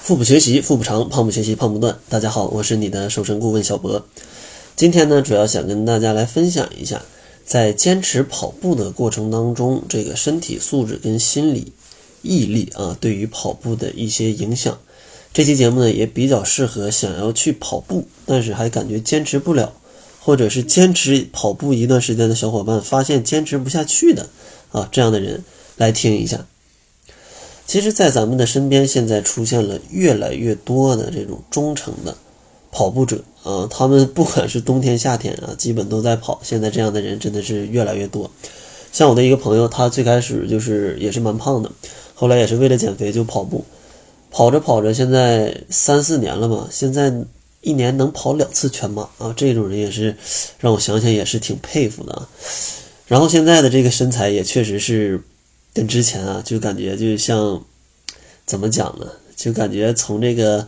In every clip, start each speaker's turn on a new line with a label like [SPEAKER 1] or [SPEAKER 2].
[SPEAKER 1] 腹部学习腹部长，胖不学习胖不断。大家好，我是你的瘦身顾问小博。今天呢，主要想跟大家来分享一下，在坚持跑步的过程当中，这个身体素质跟心理毅力对于跑步的一些影响。这期节目呢，也比较适合想要去跑步，但是还感觉坚持不了，或者是坚持跑步一段时间的小伙伴，发现坚持不下去的这样的人来听一下。其实在咱们的身边现在出现了越来越多的这种忠诚的跑步者他们不管是冬天夏天基本都在跑，现在这样的人真的是越来越多。像我的一个朋友，他最开始也是蛮胖的，后来也是为了减肥就跑步，跑着跑着现在3-4年了嘛，现在一年能跑2次全马这种人也是让我想想也是挺佩服的然后现在的这个身材也确实是跟之前就感觉就像怎么讲呢，就感觉从这个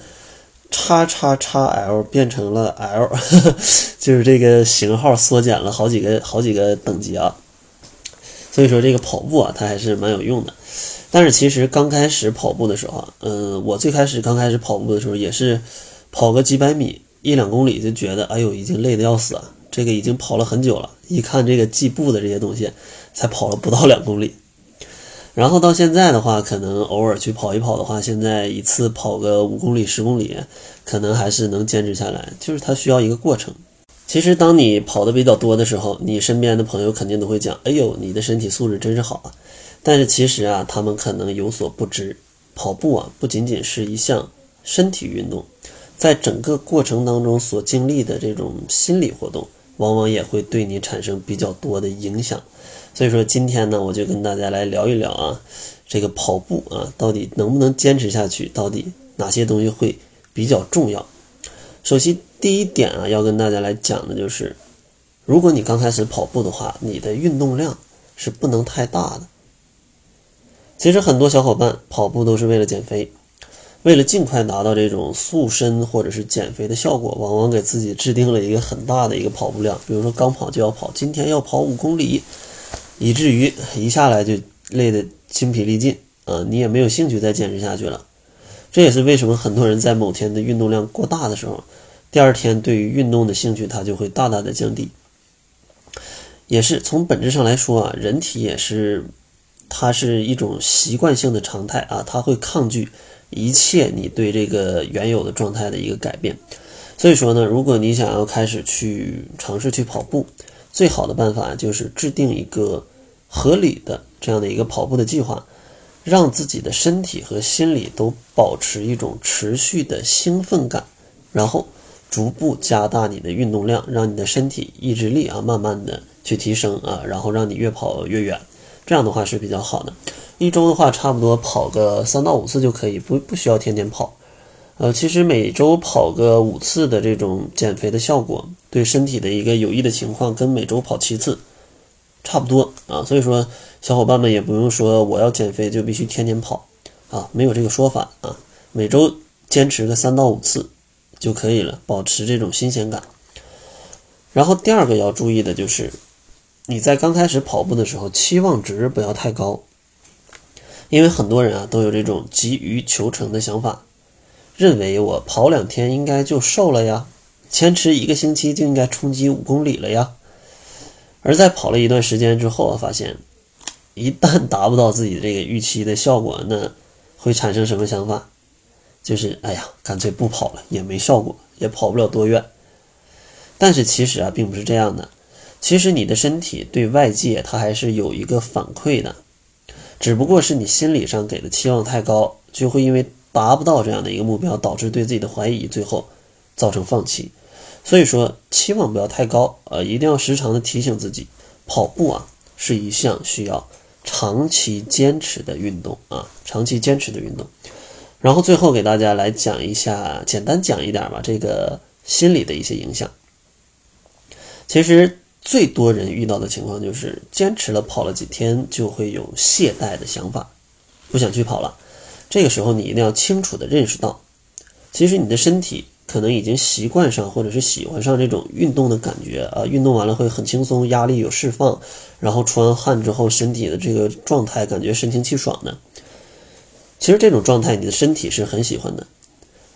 [SPEAKER 1] XXXL 变成了 L 就是这个型号缩减了好几个等级所以说这个跑步它还是蛮有用的。但是其实刚开始跑步的时候我最开始刚开始跑步的时候也是跑个几百米1-2公里就觉得已经累得要死这个已经跑了很久了，一看这个计步的这些东西才跑了不到2公里。然后到现在的话，可能偶尔去跑一跑的话，现在一次跑个5公里10公里可能还是能坚持下来，就是它需要一个过程。其实当你跑的比较多的时候，你身边的朋友肯定都会讲，你的身体素质真是好但是其实他们可能有所不知，跑步不仅仅是一项身体运动，在整个过程当中所经历的这种心理活动往往也会对你产生比较多的影响。所以说今天呢，我就跟大家来聊一聊这个跑步到底能不能坚持下去，到底哪些东西会比较重要。首先第一点要跟大家来讲的就是，如果你刚开始跑步的话，你的运动量是不能太大的。其实很多小伙伴跑步都是为了减肥，为了尽快达到这种塑身或者是减肥的效果，往往给自己制定了一个很大的一个跑步量，比如说刚跑就要跑，今天要跑5公里，以至于一下来就累得精疲力尽你也没有兴趣再坚持下去了。这也是为什么很多人在某天的运动量过大的时候，第二天对于运动的兴趣它就会大大的降低。也是从本质上来说人体也是它是一种习惯性的常态它会抗拒一切你对这个原有的状态的一个改变。所以说呢，如果你想要开始去尝试去跑步，最好的办法就是制定一个合理的这样的一个跑步的计划，让自己的身体和心理都保持一种持续的兴奋感，然后逐步加大你的运动量，让你的身体意志力慢慢的去提升然后让你越跑越远，这样的话是比较好的。一周的话差不多跑个3到5次就可以，不需要天天跑。其实每周跑个5次的这种减肥的效果，对身体的一个有益的情况跟每周跑7次差不多所以说小伙伴们也不用说我要减肥就必须天天跑没有这个说法每周坚持个3到5次就可以了，保持这种新鲜感。然后第二个要注意的就是你在刚开始跑步的时候期望值不要太高，因为很多人都有这种急于求成的想法，认为我跑2天应该就瘦了呀，坚持1个星期就应该冲击5公里了呀。而在跑了一段时间之后发现一旦达不到自己这个预期的效果，那会产生什么想法？就是干脆不跑了，也没效果，也跑不了多远。但是其实并不是这样的，其实你的身体对外界它还是有一个反馈的，只不过是你心理上给的期望太高，就会因为达不到这样的一个目标，导致对自己的怀疑，最后造成放弃。所以说期望不要太高一定要时常的提醒自己，跑步是一项需要长期坚持的运动长期坚持的运动。然后最后给大家来讲一下，简单讲一点吧，这个心理的一些影响。其实最多人遇到的情况就是坚持了跑了几天就会有懈怠的想法，不想去跑了。这个时候你一定要清楚的认识到，其实你的身体可能已经习惯上或者是喜欢上这种运动的感觉运动完了会很轻松，压力有释放，然后出完汗之后身体的这个状态感觉神清气爽的。其实这种状态你的身体是很喜欢的，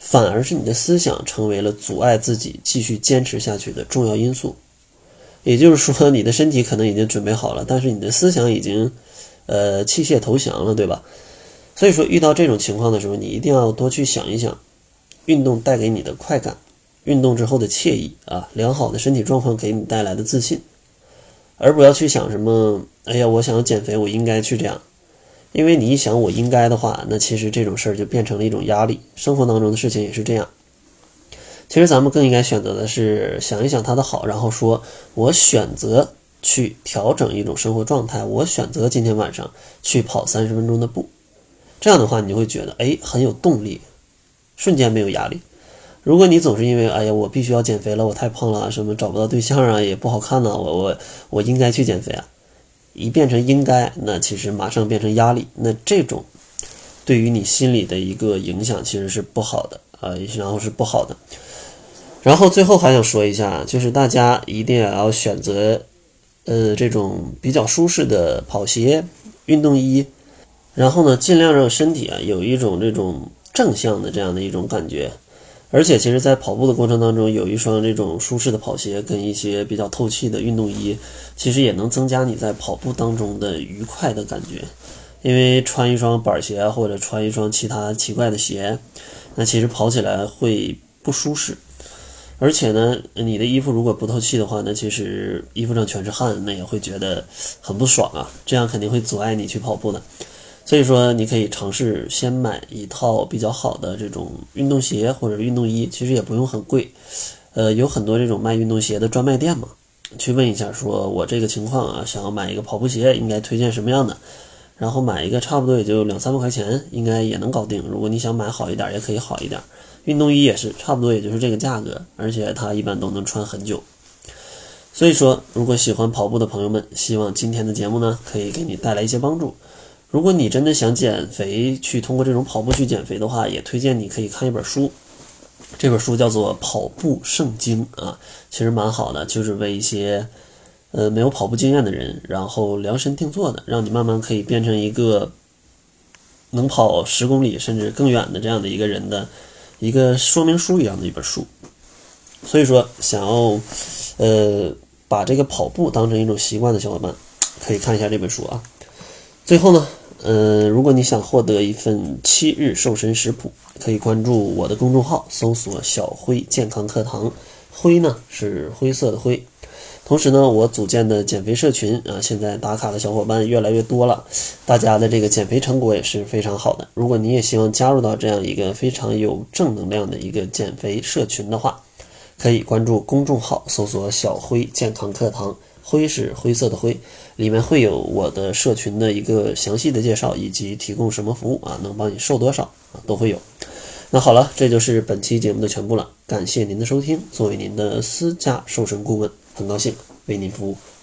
[SPEAKER 1] 反而是你的思想成为了阻碍自己继续坚持下去的重要因素。也就是说，你的身体可能已经准备好了，但是你的思想已经弃械投降了，对吧？所以说遇到这种情况的时候，你一定要多去想一想运动带给你的快感，运动之后的惬意啊，良好的身体状况给你带来的自信，而不要去想什么哎呀我想要减肥我应该去这样。因为你一想我应该的话，那其实这种事儿就变成了一种压力，生活当中的事情也是这样。其实咱们更应该选择的是想一想它的好，然后说我选择去调整一种生活状态，我选择今天晚上去跑30分钟的步。这样的话你就会觉得很有动力，瞬间没有压力。如果你总是因为哎呀我必须要减肥了，我太胖了，什么找不到对象啊，也不好看了，我应该去减肥啊，一变成应该，那其实马上变成压力，那这种对于你心理的一个影响其实是不好的然后是不好的。然后最后还想说一下，就是大家一定要选择这种比较舒适的跑鞋、运动衣，然后呢尽量让身体有一种这种正向的这样的一种感觉。而且其实在跑步的过程当中，有一双这种舒适的跑鞋跟一些比较透气的运动衣，其实也能增加你在跑步当中的愉快的感觉。因为穿一双板鞋或者穿一双其他奇怪的鞋，那其实跑起来会不舒适。而且呢你的衣服如果不透气的话，那其实衣服上全是汗，那也会觉得很不爽啊，这样肯定会阻碍你去跑步的。所以说你可以尝试先买一套比较好的这种运动鞋或者运动衣，其实也不用很贵，有很多这种卖运动鞋的专卖店嘛，去问一下说我这个情况啊，想要买一个跑步鞋应该推荐什么样的，然后买一个差不多也就200-300块钱应该也能搞定。如果你想买好一点也可以好一点，运动衣也是差不多也就是这个价格，而且它一般都能穿很久。所以说如果喜欢跑步的朋友们，希望今天的节目呢可以给你带来一些帮助。如果你真的想减肥，去通过这种跑步去减肥的话，也推荐你可以看一本书。这本书叫做《跑步圣经》啊，其实蛮好的，就是为一些没有跑步经验的人，然后量身定做的，让你慢慢可以变成一个能跑10公里甚至更远的这样的一个人的一个说明书一样的一本书。所以说想要把这个跑步当成一种习惯的小伙伴，可以看一下这本书啊。最后呢如果你想获得一份7日瘦身食谱，可以关注我的公众号，搜索小辉健康课堂，辉呢是灰色的灰。同时呢我组建的减肥社群现在打卡的小伙伴越来越多了，大家的这个减肥成果也是非常好的。如果你也希望加入到这样一个非常有正能量的一个减肥社群的话，可以关注公众号，搜索小辉健康课堂，灰是灰色的灰，里面会有我的社群的一个详细的介绍，以及提供什么服务能帮你瘦多少都会有。那好了，这就是本期节目的全部了，感谢您的收听。作为您的私家瘦身顾问，很高兴为您服务。